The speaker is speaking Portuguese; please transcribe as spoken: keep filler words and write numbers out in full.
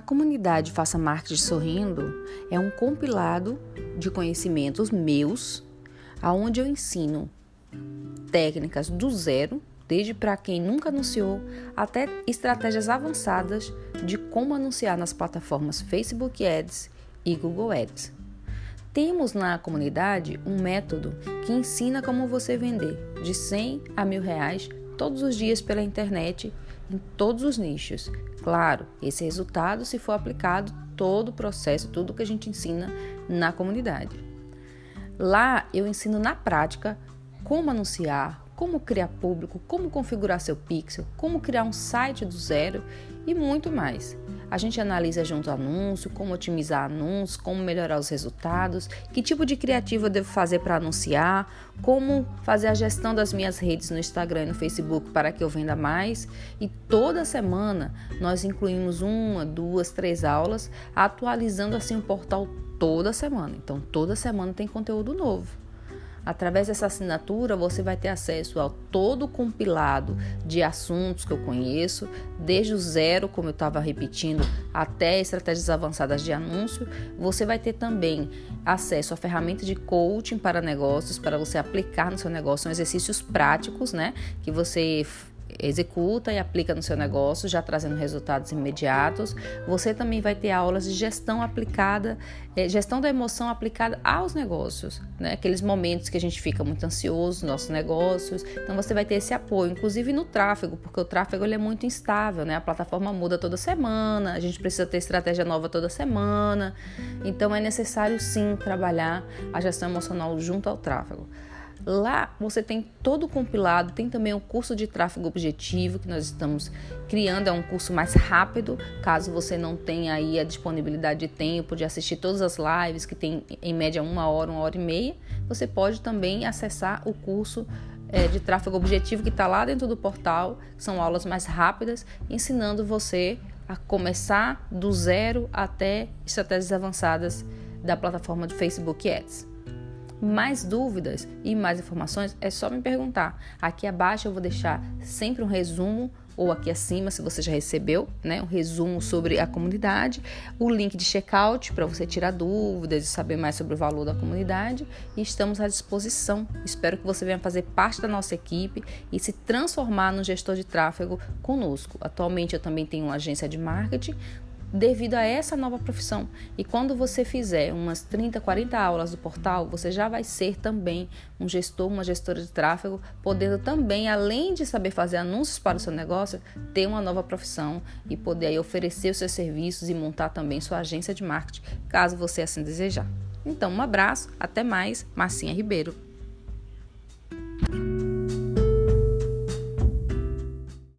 comunidade Faça Marketing Sorrindo é um compilado de conhecimentos meus, onde eu ensino técnicas do zero, desde para quem nunca anunciou, até estratégias avançadas de como anunciar nas plataformas Facebook Ads e Google Ads. Temos na comunidade um método que ensina como você vender de cem a mil reais todos os dias pela internet, em todos os nichos. Claro, esse resultado se for aplicado todo o processo, tudo que a gente ensina na comunidade. Lá eu ensino na prática como anunciar, como criar público, como configurar seu pixel, como criar um site do zero e muito mais. A gente analisa junto o anúncio, como otimizar anúncios, como melhorar os resultados, que tipo de criativo eu devo fazer para anunciar, como fazer a gestão das minhas redes no Instagram e no Facebook para que eu venda mais. E toda semana nós incluímos uma, duas, três aulas, atualizando assim o portal toda semana. Então toda semana tem conteúdo novo. Através dessa assinatura, você vai ter acesso a todo o compilado de assuntos que eu conheço, desde o zero, como eu estava repetindo, até estratégias avançadas de anúncio. Você vai ter também acesso a ferramentas de coaching para negócios, para você aplicar no seu negócio. São exercícios práticos, né, que você executa e aplica no seu negócio, já trazendo resultados imediatos. Você também vai ter aulas de gestão aplicada, eh, gestão da emoção aplicada aos negócios, né? Aqueles momentos que a gente fica muito ansioso nos nossos negócios. Então você vai ter esse apoio, inclusive no tráfego, porque o tráfego ele é muito instável, né? A plataforma muda toda semana, a gente precisa ter estratégia nova toda semana. Então é necessário sim trabalhar a gestão emocional junto ao tráfego. Lá você tem todo o compilado, tem também o curso de tráfego objetivo que nós estamos criando, é um curso mais rápido, caso você não tenha aí a disponibilidade de tempo de assistir todas as lives, que tem em média uma hora, uma hora e meia, você pode também acessar o curso é, de tráfego objetivo que está lá dentro do portal, são aulas mais rápidas, ensinando você a começar do zero até estratégias avançadas da plataforma de Facebook Ads. Mais dúvidas e mais informações é só me perguntar. Aqui abaixo eu vou deixar sempre um resumo, ou aqui acima se você já recebeu, né, um resumo sobre a comunidade, o link de checkout para você tirar dúvidas e saber mais sobre o valor da comunidade, e estamos à disposição. Espero que você venha fazer parte da nossa equipe e se transformar no gestor de tráfego conosco. Atualmente eu também tenho uma agência de marketing devido a essa nova profissão. E quando você fizer umas trinta, quarenta aulas do portal, você já vai ser também um gestor, uma gestora de tráfego, podendo também, além de saber fazer anúncios para o seu negócio, ter uma nova profissão e poder aí oferecer os seus serviços e montar também sua agência de marketing, caso você assim desejar. Então, um abraço, até mais, Marcinha Ribeiro.